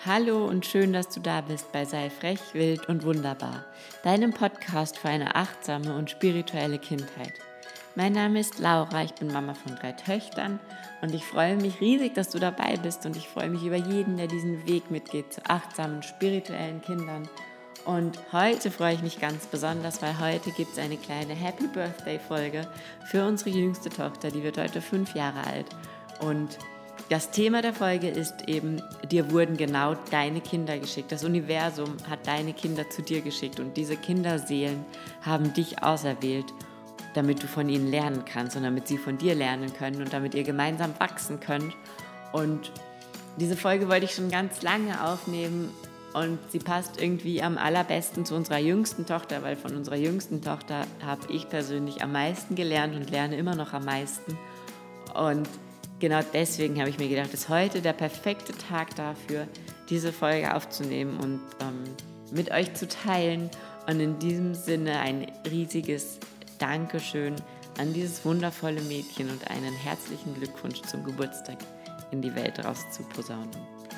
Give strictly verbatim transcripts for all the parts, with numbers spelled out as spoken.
Hallo und schön, dass du da bist bei Sei frech, wild und wunderbar, deinem Podcast für eine achtsame und spirituelle Kindheit. Mein Name ist Laura, ich bin Mama von drei Töchtern und ich freue mich riesig, dass du dabei bist und ich freue mich über jeden, der diesen Weg mitgeht zu achtsamen, spirituellen Kindern. Und heute freue ich mich ganz besonders, weil heute gibt es eine kleine Happy Birthday Folge für unsere jüngste Tochter, die wird heute fünf Jahre alt. Und das Thema der Folge ist eben, dir wurden genau deine Kinder geschickt. Das Universum hat deine Kinder zu dir geschickt und diese Kinderseelen haben dich auserwählt, damit du von ihnen lernen kannst und damit sie von dir lernen können und damit ihr gemeinsam wachsen könnt. Und diese Folge wollte ich schon ganz lange aufnehmen und sie passt irgendwie am allerbesten zu unserer jüngsten Tochter, weil von unserer jüngsten Tochter habe ich persönlich am meisten gelernt und lerne immer noch am meisten. Und genau deswegen habe ich mir gedacht, ist heute der perfekte Tag dafür, diese Folge aufzunehmen und ähm, mit euch zu teilen. Und in diesem Sinne ein riesiges Dankeschön an dieses wundervolle Mädchen und einen herzlichen Glückwunsch zum Geburtstag in die Welt raus zu posaunen.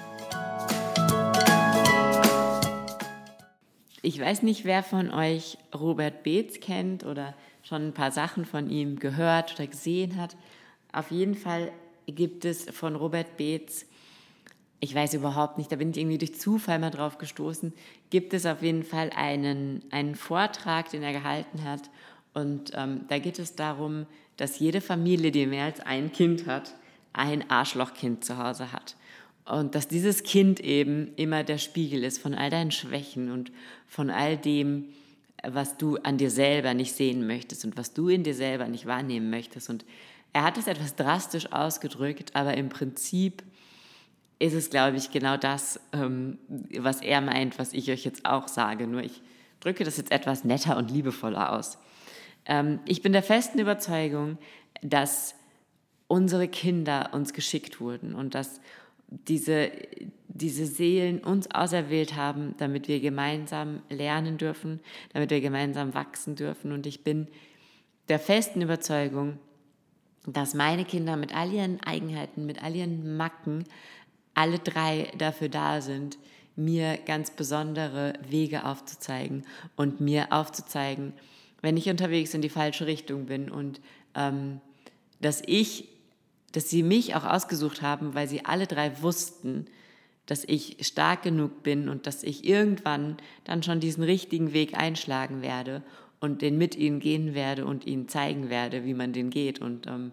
Ich weiß nicht, wer von euch Robert Beetz kennt oder schon ein paar Sachen von ihm gehört oder gesehen hat. Auf jeden Fall gibt es von Robert Beetz, ich weiß überhaupt nicht, da bin ich irgendwie durch Zufall mal drauf gestoßen, gibt es auf jeden Fall einen, einen Vortrag, den er gehalten hat. Und ähm, da geht es darum, dass jede Familie, die mehr als ein Kind hat, ein Arschlochkind zu Hause hat. Und dass dieses Kind eben immer der Spiegel ist von all deinen Schwächen und von all dem, was du an dir selber nicht sehen möchtest und was du in dir selber nicht wahrnehmen möchtest. Und er hat es etwas drastisch ausgedrückt, aber im Prinzip ist es, glaube ich, genau das, ähm, was er meint, was ich euch jetzt auch sage. Nur ich drücke das jetzt etwas netter und liebevoller aus. Ähm, ich bin der festen Überzeugung, dass unsere Kinder uns geschickt wurden und dass diese, diese Seelen uns auserwählt haben, damit wir gemeinsam lernen dürfen, damit wir gemeinsam wachsen dürfen. Und ich bin der festen Überzeugung, dass meine Kinder mit all ihren Eigenheiten, mit all ihren Macken, alle drei dafür da sind, mir ganz besondere Wege aufzuzeigen und mir aufzuzeigen, wenn ich unterwegs in die falsche Richtung bin und ähm, dass ich, dass sie mich auch ausgesucht haben, weil sie alle drei wussten, dass ich stark genug bin und dass ich irgendwann dann schon diesen richtigen Weg einschlagen werde und den mit ihnen gehen werde und ihnen zeigen werde, wie man den geht. Und ähm,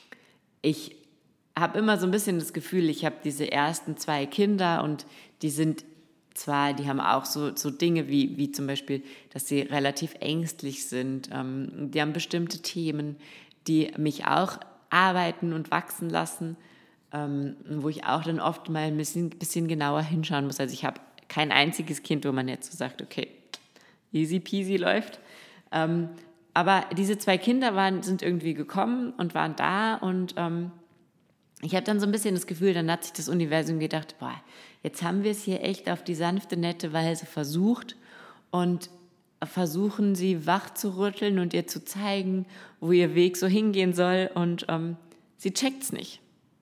ich habe immer so ein bisschen das Gefühl, ich habe diese ersten zwei Kinder und die sind zwar, die haben auch so, so Dinge wie, wie zum Beispiel, dass sie relativ ängstlich sind, ähm, die haben bestimmte Themen, die mich auch arbeiten und wachsen lassen, ähm, wo ich auch dann oft mal ein bisschen, bisschen genauer hinschauen muss. Also ich habe kein einziges Kind, wo man jetzt so sagt, okay, easy peasy läuft. Ähm, aber diese zwei Kinder waren, sind irgendwie gekommen und waren da und ähm, ich habe dann so ein bisschen das Gefühl, dann hat sich das Universum gedacht, boah, jetzt haben wir es hier echt auf die sanfte, nette Weise versucht und versuchen sie wach zu rütteln und ihr zu zeigen, wo ihr Weg so hingehen soll und ähm, sie checkt's nicht.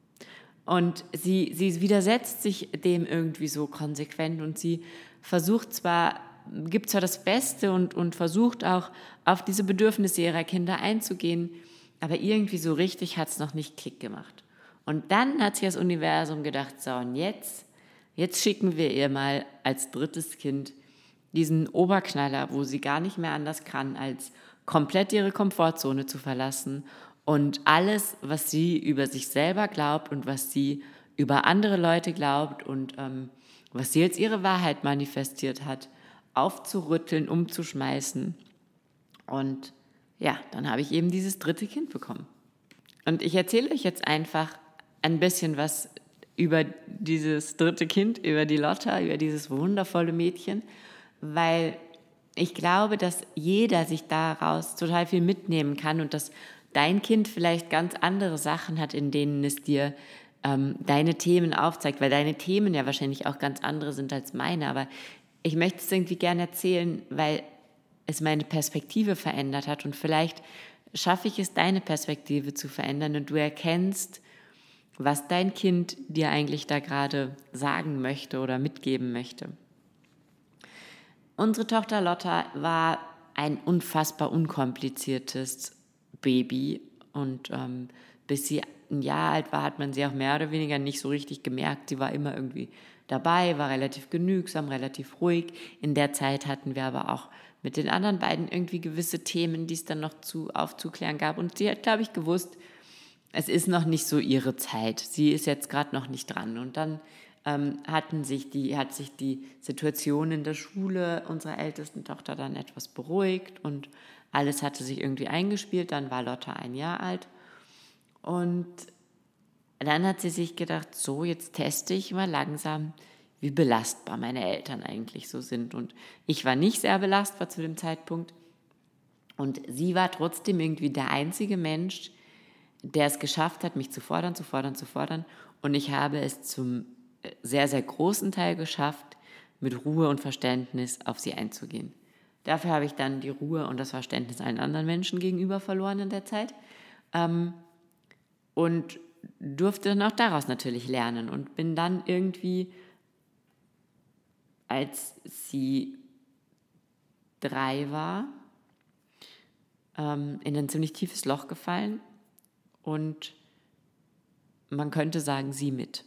Und sie, sie widersetzt sich dem irgendwie so konsequent und sie versucht zwar, gibt zwar das Beste und, und versucht auch auf diese Bedürfnisse ihrer Kinder einzugehen, aber irgendwie so richtig hat es noch nicht Klick gemacht. Und dann hat sich das Universum gedacht, so und jetzt, jetzt schicken wir ihr mal als drittes Kind diesen Oberknaller, wo sie gar nicht mehr anders kann, als komplett ihre Komfortzone zu verlassen und alles, was sie über sich selber glaubt und was sie über andere Leute glaubt und ähm, was sie als ihre Wahrheit manifestiert hat, aufzurütteln, umzuschmeißen. Und ja, dann habe ich eben dieses dritte Kind bekommen. Und ich erzähle euch jetzt einfach ein bisschen was über dieses dritte Kind, über die Lotta, über dieses wundervolle Mädchen, weil ich glaube, dass jeder sich daraus total viel mitnehmen kann und dass dein Kind vielleicht ganz andere Sachen hat, in denen es dir ähm, deine Themen aufzeigt, weil deine Themen ja wahrscheinlich auch ganz andere sind als meine, aber ich möchte es irgendwie gerne erzählen, weil es meine Perspektive verändert hat und vielleicht schaffe ich es, deine Perspektive zu verändern und du erkennst, was dein Kind dir eigentlich da gerade sagen möchte oder mitgeben möchte. Unsere Tochter Lotta war ein unfassbar unkompliziertes Baby und ähm, bis sie ein Jahr alt war, hat man sie auch mehr oder weniger nicht so richtig gemerkt. Sie war immer irgendwie dabei, war relativ genügsam, relativ ruhig. In der Zeit hatten wir aber auch mit den anderen beiden irgendwie gewisse Themen, die es dann noch zu aufzuklären gab. Und sie hat, glaube ich, gewusst, es ist noch nicht so ihre Zeit. Sie ist jetzt gerade noch nicht dran. Und dann ähm, hatten sich die, hat sich die Situation in der Schule unserer ältesten Tochter dann etwas beruhigt und alles hatte sich irgendwie eingespielt. Dann war Lotta ein Jahr alt. Und dann hat sie sich gedacht, so, jetzt teste ich mal langsam, wie belastbar meine Eltern eigentlich so sind. Und ich war nicht sehr belastbar zu dem Zeitpunkt. Und sie war trotzdem irgendwie der einzige Mensch, der es geschafft hat, mich zu fordern, zu fordern, zu fordern. Und ich habe es zum sehr, sehr großen Teil geschafft, mit Ruhe und Verständnis auf sie einzugehen. Dafür habe ich dann die Ruhe und das Verständnis allen anderen Menschen gegenüber verloren in der Zeit. Ähm, und durfte dann auch daraus natürlich lernen und bin dann irgendwie, als sie drei war, ähm, in ein ziemlich tiefes Loch gefallen und man könnte sagen, sie mit.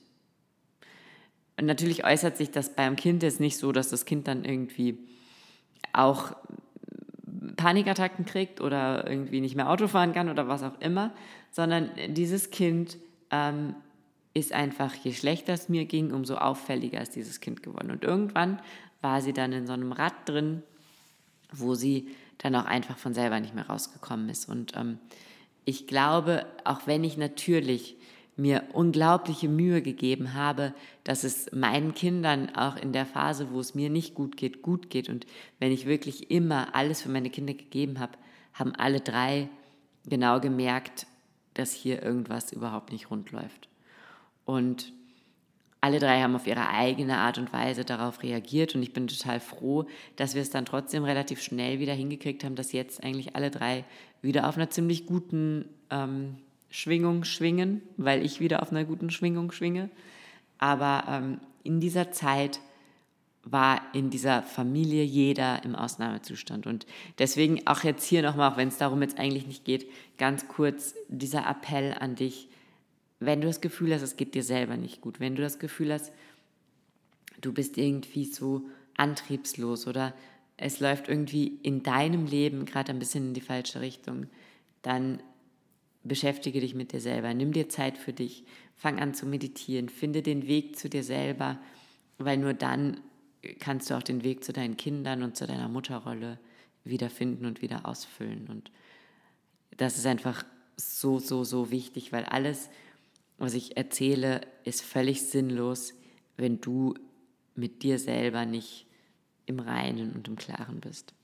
Und natürlich äußert sich das beim Kind jetzt nicht so, dass das Kind dann irgendwie auch Panikattacken kriegt oder irgendwie nicht mehr Auto fahren kann oder was auch immer, sondern dieses Kind ähm, ist einfach, je schlechter es mir ging, umso auffälliger ist dieses Kind geworden. Und irgendwann war sie dann in so einem Rad drin, wo sie dann auch einfach von selber nicht mehr rausgekommen ist. Und ähm, ich glaube, auch wenn ich natürlich mir unglaubliche Mühe gegeben habe, dass es meinen Kindern auch in der Phase, wo es mir nicht gut geht, gut geht. Und wenn ich wirklich immer alles für meine Kinder gegeben habe, haben alle drei genau gemerkt, dass hier irgendwas überhaupt nicht rund läuft. Und alle drei haben auf ihre eigene Art und Weise darauf reagiert und ich bin total froh, dass wir es dann trotzdem relativ schnell wieder hingekriegt haben, dass jetzt eigentlich alle drei wieder auf einer ziemlich guten ähm, Schwingung schwingen, weil ich wieder auf einer guten Schwingung schwinge. Aber ähm, in dieser Zeit war in dieser Familie jeder im Ausnahmezustand. Und deswegen auch jetzt hier nochmal, auch wenn es darum jetzt eigentlich nicht geht, ganz kurz dieser Appell an dich, wenn du das Gefühl hast, es geht dir selber nicht gut, wenn du das Gefühl hast, du bist irgendwie so antriebslos oder es läuft irgendwie in deinem Leben gerade ein bisschen in die falsche Richtung, dann beschäftige dich mit dir selber, nimm dir Zeit für dich, fang an zu meditieren, finde den Weg zu dir selber, weil nur dann kannst du auch den Weg zu deinen Kindern und zu deiner Mutterrolle wiederfinden und wieder ausfüllen. Und das ist einfach so, so, so wichtig, weil alles, was ich erzähle, ist völlig sinnlos, wenn du mit dir selber nicht im Reinen und im Klaren bist.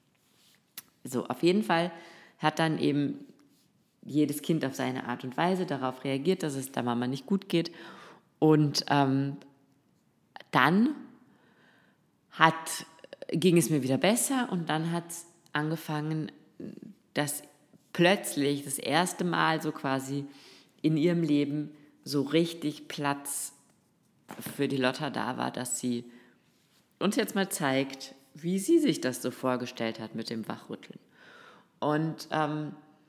So, auf jeden Fall hat dann eben jedes Kind auf seine Art und Weise darauf reagiert, dass es der Mama nicht gut geht. Und ähm, dann hat, ging es mir wieder besser und dann hat es angefangen, dass plötzlich das erste Mal so quasi in ihrem Leben so richtig Platz für die Lotta da war, dass sie uns jetzt mal zeigt, wie sie sich das so vorgestellt hat mit dem Wachrütteln. Und ähm,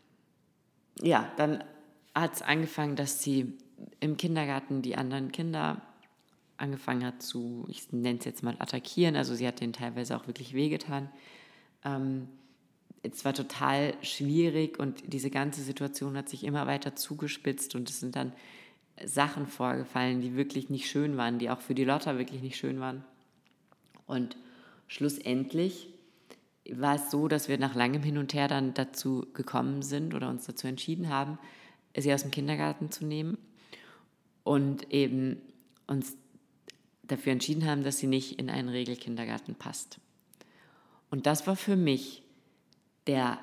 ja, dann hat es angefangen, dass sie im Kindergarten die anderen Kinder angefangen hat zu, ich nenne es jetzt mal attackieren, also sie hat denen teilweise auch wirklich wehgetan. Ähm, es war total schwierig und diese ganze Situation hat sich immer weiter zugespitzt und es sind dann Sachen vorgefallen, die wirklich nicht schön waren, die auch für die Lotta wirklich nicht schön waren. Und schlussendlich war es so, dass wir nach langem Hin und Her dann dazu gekommen sind oder uns dazu entschieden haben, sie aus dem Kindergarten zu nehmen und eben uns dafür entschieden haben, dass sie nicht in einen Regelkindergarten passt. Und das war für mich der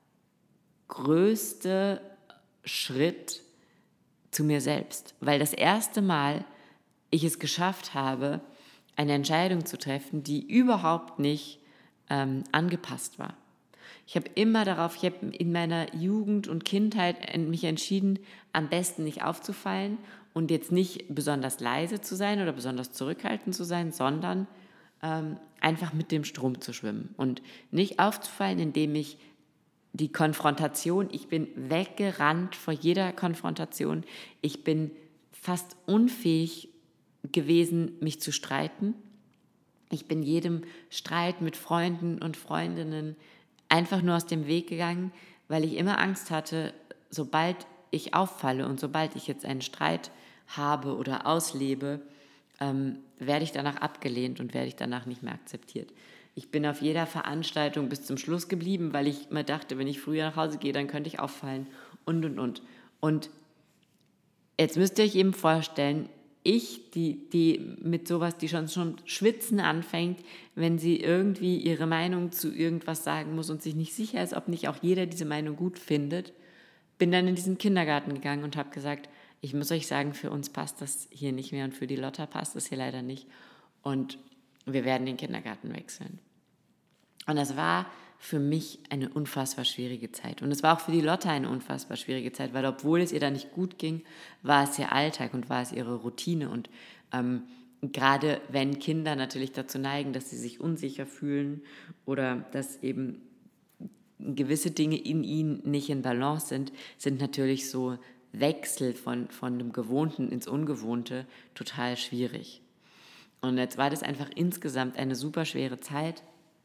größte Schritt zu mir selbst, weil das erste Mal ich es geschafft habe, eine Entscheidung zu treffen, die überhaupt nicht ähm, angepasst war. Ich habe immer darauf, ich habe in meiner Jugend und Kindheit mich entschieden, am besten nicht aufzufallen und jetzt nicht besonders leise zu sein oder besonders zurückhaltend zu sein, sondern ähm, einfach mit dem Strom zu schwimmen und nicht aufzufallen, indem ich die Konfrontation, ich bin weggerannt vor jeder Konfrontation, ich bin fast unfähig gewesen, mich zu streiten. Ich bin jedem Streit mit Freunden und Freundinnen einfach nur aus dem Weg gegangen, weil ich immer Angst hatte, sobald ich auffalle und sobald ich jetzt einen Streit habe oder auslebe, ähm, werde ich danach abgelehnt und werde ich danach nicht mehr akzeptiert. Ich bin auf jeder Veranstaltung bis zum Schluss geblieben, weil ich mir dachte, wenn ich früher nach Hause gehe, dann könnte ich auffallen und, und, und. Und jetzt müsst ihr euch eben vorstellen, ich, die, die mit sowas, die schon, schon schwitzen anfängt, wenn sie irgendwie ihre Meinung zu irgendwas sagen muss und sich nicht sicher ist, ob nicht auch jeder diese Meinung gut findet, bin dann in diesen Kindergarten gegangen und habe gesagt, ich muss euch sagen, für uns passt das hier nicht mehr und für die Lotta passt das hier leider nicht und wir werden den Kindergarten wechseln. Und das war für mich eine unfassbar schwierige Zeit. Und es war auch für die Lotta eine unfassbar schwierige Zeit, weil obwohl es ihr da nicht gut ging, war es ihr Alltag und war es ihre Routine. Und ähm, gerade wenn Kinder natürlich dazu neigen, dass sie sich unsicher fühlen oder dass eben gewisse Dinge in ihnen nicht in Balance sind, sind natürlich so Wechsel von, von dem Gewohnten ins Ungewohnte total schwierig. Und jetzt war das einfach insgesamt eine super schwere Zeit,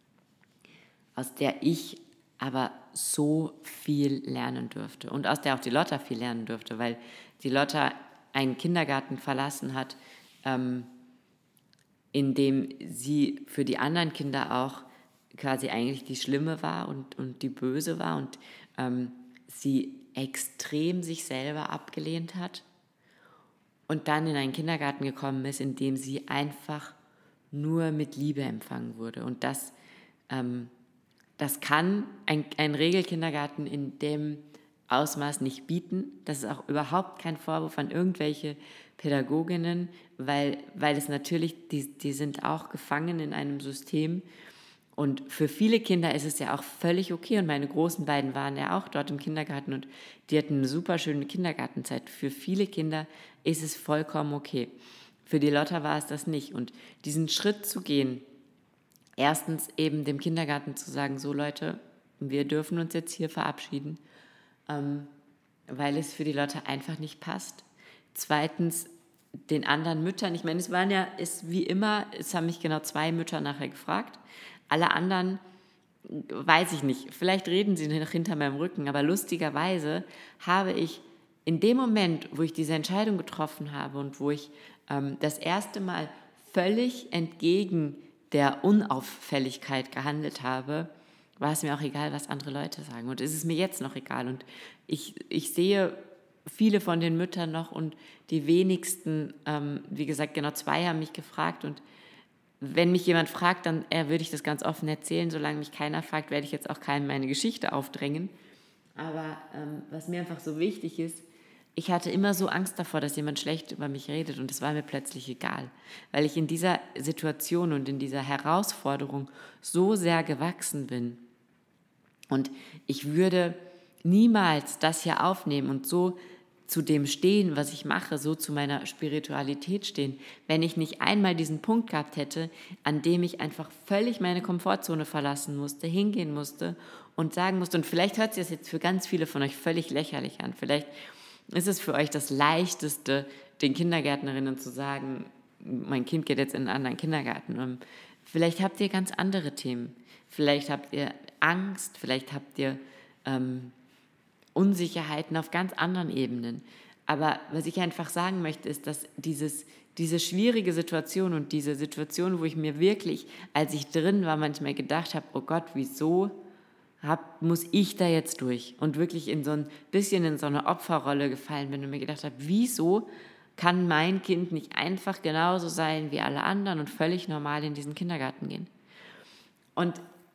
aus der ich aber so viel lernen durfte und aus der auch die Lotta viel lernen durfte, weil die Lotta einen Kindergarten verlassen hat, ähm, in dem sie für die anderen Kinder auch quasi eigentlich die Schlimme war und, und die Böse war und ähm, sie extrem sich selber abgelehnt hat und dann in einen Kindergarten gekommen ist, in dem sie einfach nur mit Liebe empfangen wurde. Und das, ähm, das kann ein, ein Regelkindergarten in dem Ausmaß nicht bieten. Das ist auch überhaupt kein Vorwurf an irgendwelche Pädagoginnen, weil, weil es natürlich, die, die sind auch gefangen in einem System. Und für viele Kinder ist es ja auch völlig okay. Und meine großen beiden waren ja auch dort im Kindergarten und die hatten eine super schöne Kindergartenzeit. Für viele Kinder ist es vollkommen okay. Für die Lotta war es das nicht. Und diesen Schritt zu gehen, erstens eben dem Kindergarten zu sagen, so Leute, wir dürfen uns jetzt hier verabschieden, ähm, weil es für die Lotta einfach nicht passt. Zweitens den anderen Müttern, ich meine, es waren ja, ist wie immer, es haben mich genau zwei Mütter nachher gefragt, alle anderen weiß ich nicht, vielleicht reden sie noch hinter meinem Rücken, aber lustigerweise habe ich in dem Moment, wo ich diese Entscheidung getroffen habe und wo ich ähm, das erste Mal völlig entgegen der Unauffälligkeit gehandelt habe, war es mir auch egal, was andere Leute sagen. Und es ist mir jetzt noch egal. Und ich, ich sehe viele von den Müttern noch und die wenigsten, ähm, wie gesagt, genau zwei haben mich gefragt. Und wenn mich jemand fragt, dann äh, würde ich das ganz offen erzählen. Solange mich keiner fragt, werde ich jetzt auch keinem meine Geschichte aufdrängen. Aber ähm, was mir einfach so wichtig ist, ich hatte immer so Angst davor, dass jemand schlecht über mich redet und es war mir plötzlich egal, weil ich in dieser Situation und in dieser Herausforderung so sehr gewachsen bin. Und ich würde niemals das hier aufnehmen und so zu dem stehen, was ich mache, so zu meiner Spiritualität stehen, wenn ich nicht einmal diesen Punkt gehabt hätte, an dem ich einfach völlig meine Komfortzone verlassen musste, hingehen musste und sagen musste, und vielleicht hört sich das jetzt für ganz viele von euch völlig lächerlich an, vielleicht ist es für euch das Leichteste, den Kindergärtnerinnen zu sagen, mein Kind geht jetzt in einen anderen Kindergarten. Und vielleicht habt ihr ganz andere Themen. Vielleicht habt ihr Angst, vielleicht habt ihr ähm, Unsicherheiten auf ganz anderen Ebenen. Aber was ich einfach sagen möchte, ist, dass dieses, diese schwierige Situation und diese Situation, wo ich mir wirklich, als ich drin war, manchmal gedacht habe, oh Gott, wieso hab, muss ich da jetzt durch? Und wirklich in so ein bisschen in so eine Opferrolle gefallen bin und mir gedacht habe, wieso kann mein Kind nicht einfach genauso sein wie alle anderen und völlig normal in diesen Kindergarten gehen? Und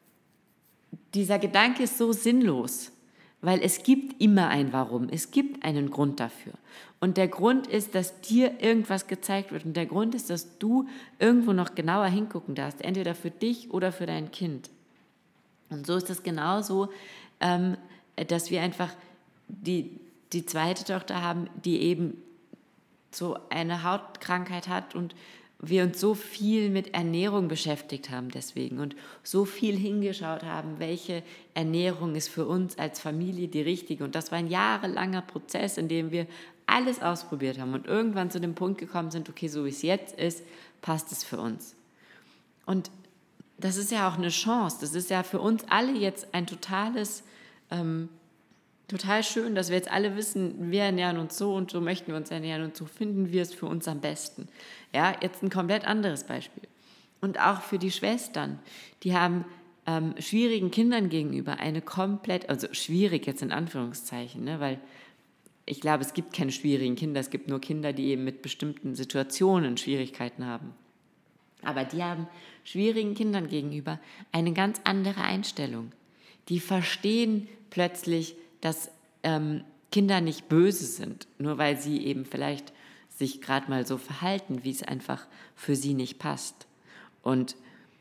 dieser Gedanke ist so sinnlos, weil es gibt immer ein Warum, es gibt einen Grund dafür. Und der Grund ist, dass dir irgendwas gezeigt wird und der Grund ist, dass du irgendwo noch genauer hingucken darfst, entweder für dich oder für dein Kind. Und so ist es genauso, ähm, dass wir einfach die, die zweite Tochter haben, die eben so eine Hautkrankheit hat und wir uns so viel mit Ernährung beschäftigt haben deswegen und so viel hingeschaut haben, welche Ernährung ist für uns als Familie die richtige. Und das war ein jahrelanger Prozess, in dem wir alles ausprobiert haben und irgendwann zu dem Punkt gekommen sind, okay, so wie es jetzt ist, passt es für uns. Und das ist ja auch eine Chance, das ist ja für uns alle jetzt ein totales, ähm, total schön, dass wir jetzt alle wissen, wir ernähren uns so und so möchten wir uns ernähren und so finden wir es für uns am besten. Ja, jetzt ein komplett anderes Beispiel. Und auch für die Schwestern, die haben ähm, schwierigen Kindern gegenüber eine komplett, also schwierig jetzt in Anführungszeichen, ne, weil ich glaube, es gibt keine schwierigen Kinder, es gibt nur Kinder, die eben mit bestimmten Situationen Schwierigkeiten haben. Aber die haben schwierigen Kindern gegenüber eine ganz andere Einstellung. Die verstehen plötzlich, dass ähm, Kinder nicht böse sind, nur weil sie eben vielleicht sich gerade mal so verhalten, wie es einfach für sie nicht passt. Und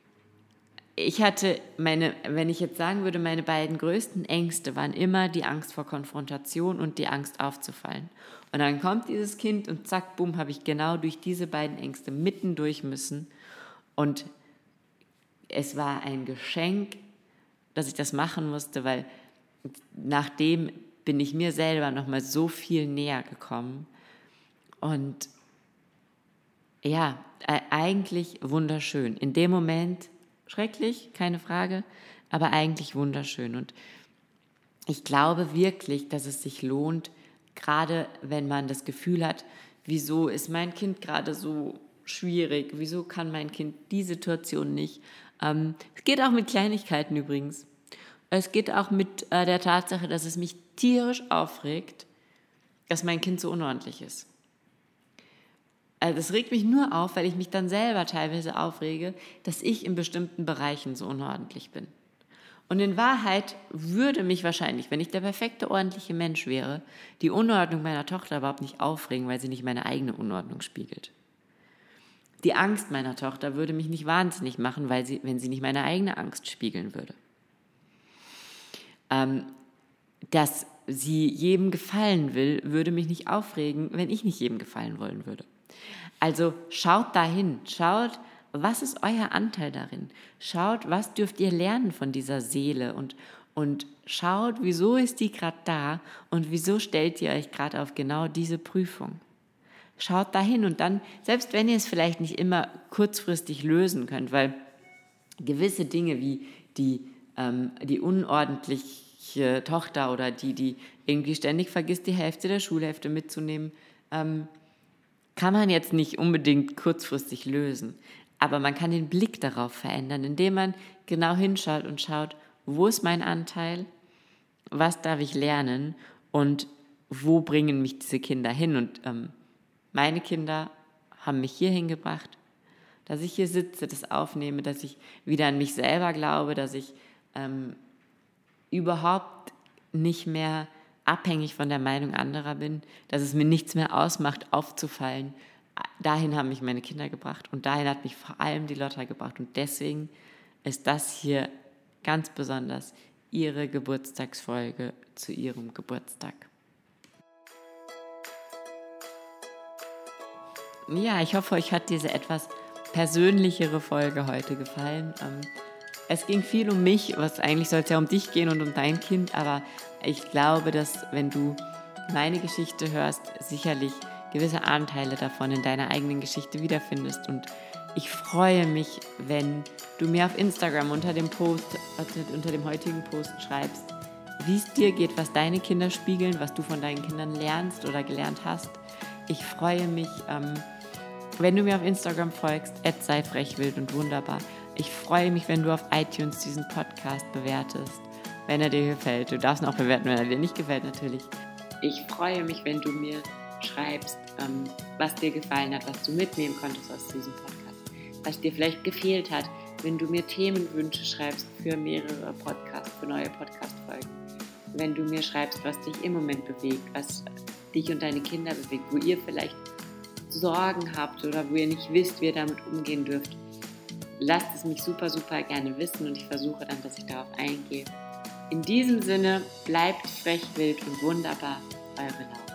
ich hatte meine, wenn ich jetzt sagen würde, meine beiden größten Ängste waren immer die Angst vor Konfrontation und die Angst aufzufallen. Und dann kommt dieses Kind und zack, bumm, habe ich genau durch diese beiden Ängste mitten durch müssen. Und es war ein Geschenk, dass ich das machen musste, weil nachdem bin ich mir selber nochmal so viel näher gekommen. Und ja, eigentlich wunderschön. In dem Moment schrecklich, keine Frage, aber eigentlich wunderschön. Und ich glaube wirklich, dass es sich lohnt, gerade wenn man das Gefühl hat, wieso ist mein Kind gerade so schwierig, wieso kann mein Kind die Situation nicht. Ähm, es geht auch mit Kleinigkeiten übrigens. Es geht auch mit äh, der Tatsache, dass es mich tierisch aufregt, dass mein Kind so unordentlich ist. Also das regt mich nur auf, weil ich mich dann selber teilweise aufrege, dass ich in bestimmten Bereichen so unordentlich bin. Und in Wahrheit würde mich wahrscheinlich, wenn ich der perfekte, ordentliche Mensch wäre, die Unordnung meiner Tochter überhaupt nicht aufregen, weil sie nicht meine eigene Unordnung spiegelt. Die Angst meiner Tochter würde mich nicht wahnsinnig machen, weil sie, wenn sie nicht meine eigene Angst spiegeln würde. Ähm, dass sie jedem gefallen will, würde mich nicht aufregen, wenn ich nicht jedem gefallen wollen würde. Also schaut dahin, schaut, was ist euer Anteil darin? Schaut, was dürft ihr lernen von dieser Seele und, und schaut, wieso ist die gerade da und wieso stellt ihr euch gerade auf genau diese Prüfung? Schaut dahin und dann, selbst wenn ihr es vielleicht nicht immer kurzfristig lösen könnt, weil gewisse Dinge wie die, ähm, die unordentliche Tochter oder die, die irgendwie ständig vergisst, die Hälfte der Schulhälfte mitzunehmen, ähm, kann man jetzt nicht unbedingt kurzfristig lösen. Aber man kann den Blick darauf verändern, indem man genau hinschaut und schaut, wo ist mein Anteil, was darf ich lernen und wo bringen mich diese Kinder hin. Und ähm, meine Kinder haben mich hier hingebracht, dass ich hier sitze, das aufnehme, dass ich wieder an mich selber glaube, dass ich ähm, überhaupt nicht mehr abhängig von der Meinung anderer bin, dass es mir nichts mehr ausmacht, aufzufallen. Dahin haben mich meine Kinder gebracht und dahin hat mich vor allem die Lotta gebracht. Und deswegen ist das hier ganz besonders ihre Geburtstagsfolge zu ihrem Geburtstag. Ja, ich hoffe, euch hat diese etwas persönlichere Folge heute gefallen. Es ging viel um mich, was eigentlich soll es ja um dich gehen und um dein Kind, aber ich glaube, dass wenn du meine Geschichte hörst, sicherlich gewisse Anteile davon in deiner eigenen Geschichte wiederfindest. Und ich freue mich, wenn du mir auf Instagram unter dem Post, unter dem heutigen Post schreibst, wie es dir geht, was deine Kinder spiegeln, was du von deinen Kindern lernst oder gelernt hast. Ich freue mich, ähm, wenn du mir auf Instagram folgst, at sei frech, wild und wunderbar. Ich freue mich, wenn du auf iTunes diesen Podcast bewertest, wenn er dir gefällt. Du darfst ihn auch bewerten, wenn er dir nicht gefällt, natürlich. Ich freue mich, wenn du mir schreibst, ähm, was dir gefallen hat, was du mitnehmen konntest aus diesem Podcast, was dir vielleicht gefehlt hat, wenn du mir Themenwünsche schreibst für mehrere Podcasts, für neue Podcast-Folgen. Wenn du mir schreibst, was dich im Moment bewegt, was dich und deine Kinder bewegt, wo ihr vielleicht Sorgen habt oder wo ihr nicht wisst, wie ihr damit umgehen dürft. lasst es mich super, super gerne wissen und ich versuche dann, dass ich darauf eingehe. In diesem Sinne, bleibt frech, wild und wunderbar, eure Laura.